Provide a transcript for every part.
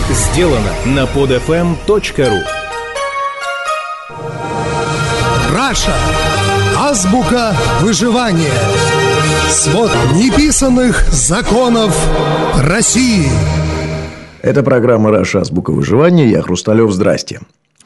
Сделано на podfm.ru. Раша. Азбука выживания. Свод неписанных законов России. Это программа «Раша. Азбука выживания». Я Хрусталев. Здрасте.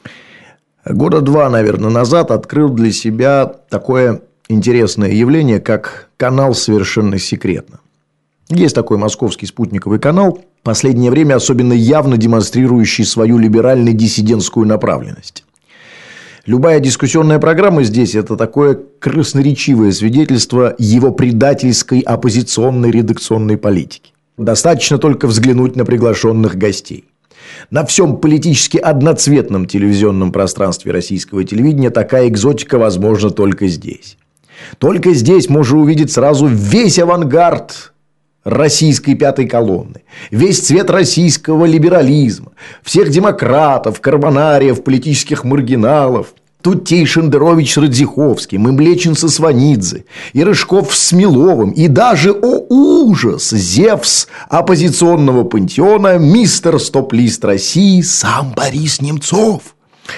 Года два, наверное, назад открыл для себя такое интересное явление, как канал «Совершенно секретно». Есть такой московский спутниковый канал, в последнее время особенно явно демонстрирующий свою либерально-диссидентскую направленность. Любая дискуссионная программа здесь – это такое красноречивое свидетельство его предательской оппозиционной редакционной политики. Достаточно только взглянуть на приглашенных гостей. На всем политически одноцветном телевизионном пространстве российского телевидения такая экзотика возможна только здесь. Только здесь можно увидеть сразу весь авангард российской пятой колонны, весь цвет российского либерализма, всех демократов, карбонариев, политических маргиналов, Тутей, Шендерович с Радзиховским, и Млечин со Сванидзе, и Рыжков с Смеловым, и даже, о ужас, Зевс оппозиционного пантеона, мистер стоп-лист России, сам Борис Немцов.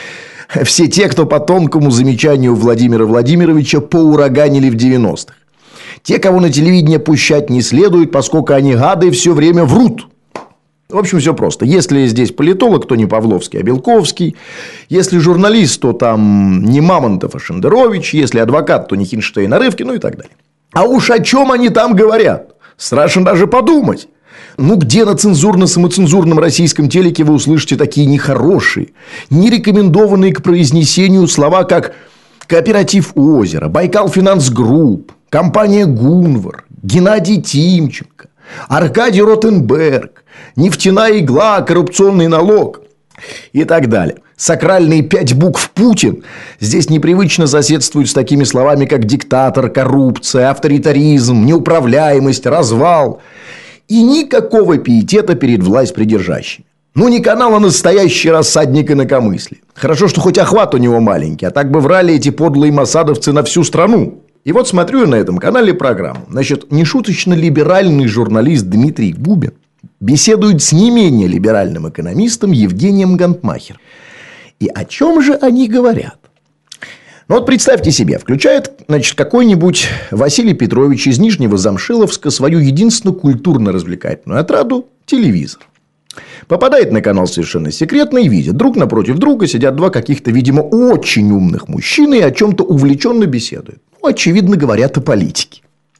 Все те, кто по тонкому замечанию Владимира Владимировича поураганили в 90-х. Те, кого на телевидение пущать не следует, поскольку они гады все время врут. В общем, все просто. Если здесь политолог, то не Павловский, а Белковский. Если журналист, то там не Мамонтов, а Шендерович. Если адвокат, то не Хинштейн, а Рывкин, ну и так далее. А уж о чем они там говорят? Страшно даже подумать. Ну, где на цензурно-самоцензурном российском телеке вы услышите такие нехорошие, не рекомендованные к произнесению слова, как «Кооператив Озеро», «Байкал Финанс Групп», компания «Гунвар», Геннадий Тимченко, Аркадий Ротенберг, нефтяная игла, коррупционный налог и так далее. Сакральные 5 букв «Путин» здесь непривычно соседствуют с такими словами, как диктатор, коррупция, авторитаризм, неуправляемость, развал. И никакого пиетета перед власть придержащими. Ну, не канал, а настоящий рассадник инакомыслия. Хорошо, что хоть охват у него маленький, а так бы врали эти подлые моссадовцы на всю страну. И вот смотрю я на этом канале программу. Значит, нешуточно либеральный журналист Дмитрий Губин беседует с не менее либеральным экономистом Евгением Гантмахером. И о чем же они говорят? Ну, вот представьте себе, включает, значит, какой-нибудь Василий Петрович из Нижнего Замшиловска свою единственную культурно-развлекательную отраду – телевизор. Попадает на канал «Совершенно секретно» и видит, друг напротив друга сидят два каких-то, видимо, очень умных мужчины и о чем-то увлеченно беседуют. Ну, очевидно, говорят о политике.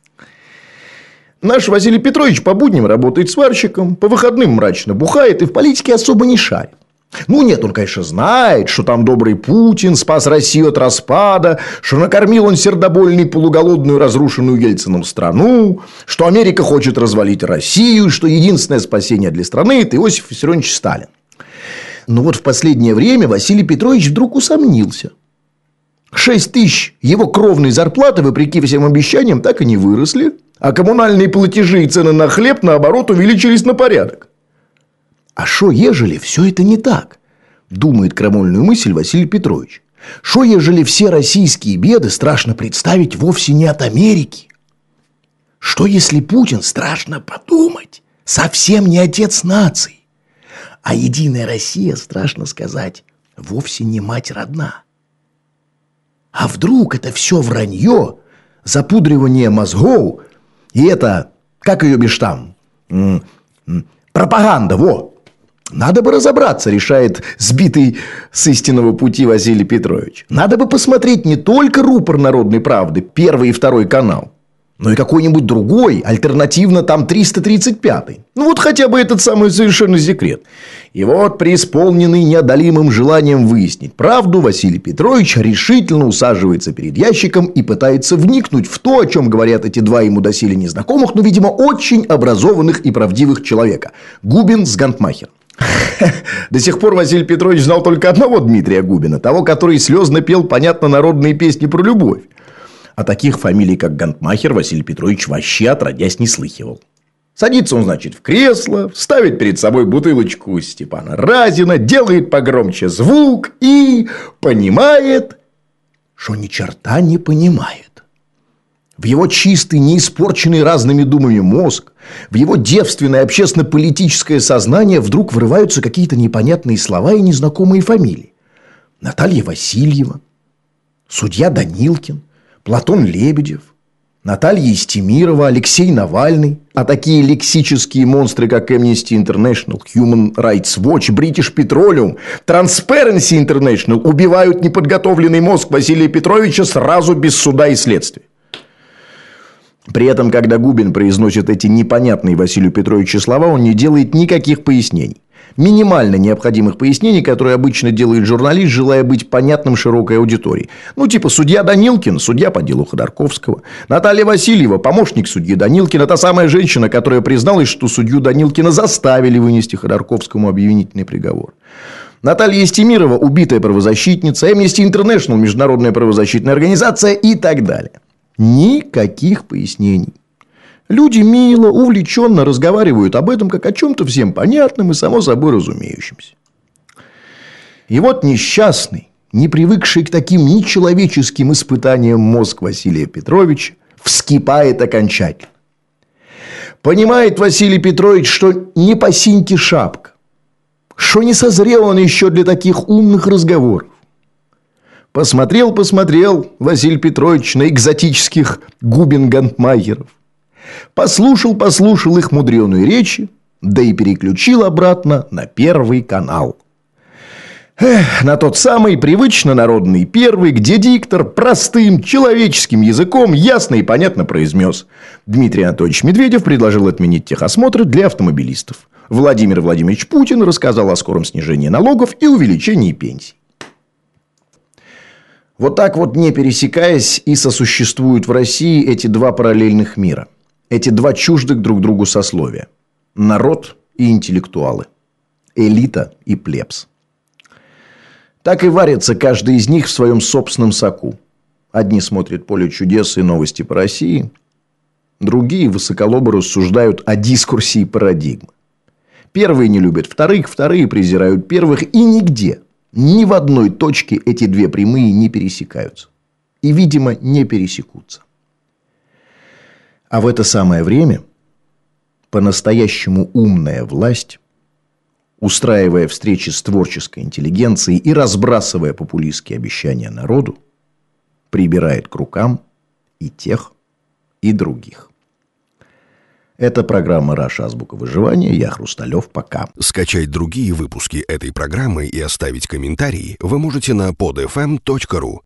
Наш Василий Петрович по будням работает сварщиком, по выходным мрачно бухает и в политике особо не шарит. Ну, нет, он, конечно, знает, что там добрый Путин спас Россию от распада, что накормил он сердобольный полуголодную разрушенную Ельцином страну, что Америка хочет развалить Россию, что единственное спасение для страны – это Иосиф Виссарионович Сталин. Но вот в последнее время Василий Петрович вдруг усомнился. 6 тысяч его кровной зарплаты, вопреки всем обещаниям, так и не выросли, а коммунальные платежи и цены на хлеб, наоборот, увеличились на порядок. А шо, ежели все это не так? Думает крамольную мысль Василий Петрович. Шо, ежели все российские беды, страшно представить, вовсе не от Америки? Что, если Путин, страшно подумать, совсем не отец нации? А Единая Россия, страшно сказать, вовсе не мать родна? А вдруг это все вранье, запудривание мозгов, и это, как ее бишь там, пропаганда, во! Надо бы разобраться, решает сбитый с истинного пути Василий Петрович. Надо бы посмотреть не только рупор «Народной правды», первый и второй канал, но и какой-нибудь другой, альтернативно там 335-й. Ну, вот хотя бы этот самый «Совершенно секрет». И вот, преисполненный неодолимым желанием выяснить правду, Василий Петрович решительно усаживается перед ящиком и пытается вникнуть в то, о чем говорят эти два ему доселе незнакомых, но, видимо, очень образованных и правдивых человека – Губин с Гантмахером. До сих пор Василий Петрович знал только одного Дмитрия Губина, того, который слезно пел, понятно, народные песни про любовь. А таких фамилий, как Гантмахер, Василий Петрович вообще отродясь не слыхивал. Садится он, значит, в кресло, ставит перед собой бутылочку Степана Разина, делает погромче звук и понимает, что ни черта не понимает. В его чистый, не испорченный разными думами мозг в его девственное общественно-политическое сознание вдруг врываются какие-то непонятные слова и незнакомые фамилии. Наталья Васильева, судья Данилкин, Платон Лебедев, Наталья Истемирова, Алексей Навальный. А такие лексические монстры, как Amnesty International, Human Rights Watch, British Petroleum, Transparency International убивают неподготовленный мозг Василия Петровича сразу без суда и следствия. При этом, когда Губин произносит эти непонятные Василию Петровичу слова, он не делает никаких пояснений. Минимально необходимых пояснений, которые обычно делает журналист, желая быть понятным широкой аудитории. Ну, типа судья Данилкин, судья по делу Ходорковского, Наталья Васильева, помощник судьи Данилкина, та самая женщина, которая призналась, что судью Данилкина заставили вынести Ходорковскому обвинительный приговор. Наталья Истемирова, убитая правозащитница, Amnesty International, международная правозащитная организация и так далее. Никаких пояснений. Люди мило, увлеченно разговаривают об этом, как о чем-то всем понятном и само собой разумеющемся. И вот несчастный, не привыкший к таким нечеловеческим испытаниям мозг Василия Петровича вскипает окончательно. Понимает Василий Петрович, что не по синьке шапка, что не созрел он еще для таких умных разговоров. Посмотрел Василий Петрович на экзотических Губин-Гантмайеров. Послушал их мудреные речи, да и переключил обратно на Первый канал. На тот самый привычно народный Первый, где диктор простым человеческим языком ясно и понятно произнес: Дмитрий Анатольевич Медведев предложил отменить техосмотры для автомобилистов. Владимир Владимирович Путин рассказал о скором снижении налогов и увеличении пенсий. Вот так вот, не пересекаясь, и сосуществуют в России эти два параллельных мира. Эти два чуждых друг другу сословия. Народ и интеллектуалы. Элита и плебс. Так и варится каждый из них в своем собственном соку. Одни смотрят «Поле чудес» и новости по России. Другие высоколобо рассуждают о дискурсе и парадигме. Первые не любят вторых, вторые презирают первых. И нигде, ни в одной точке эти две прямые не пересекаются. И, видимо, не пересекутся. А в это самое время по-настоящему умная власть, устраивая встречи с творческой интеллигенцией и разбрасывая популистские обещания народу, прибирает к рукам и тех, и других. Это программа «Раша. Азбука выживания». Я Хрусталев. Пока. Скачать другие выпуски этой программы и оставить комментарии вы можете на podfm.ru.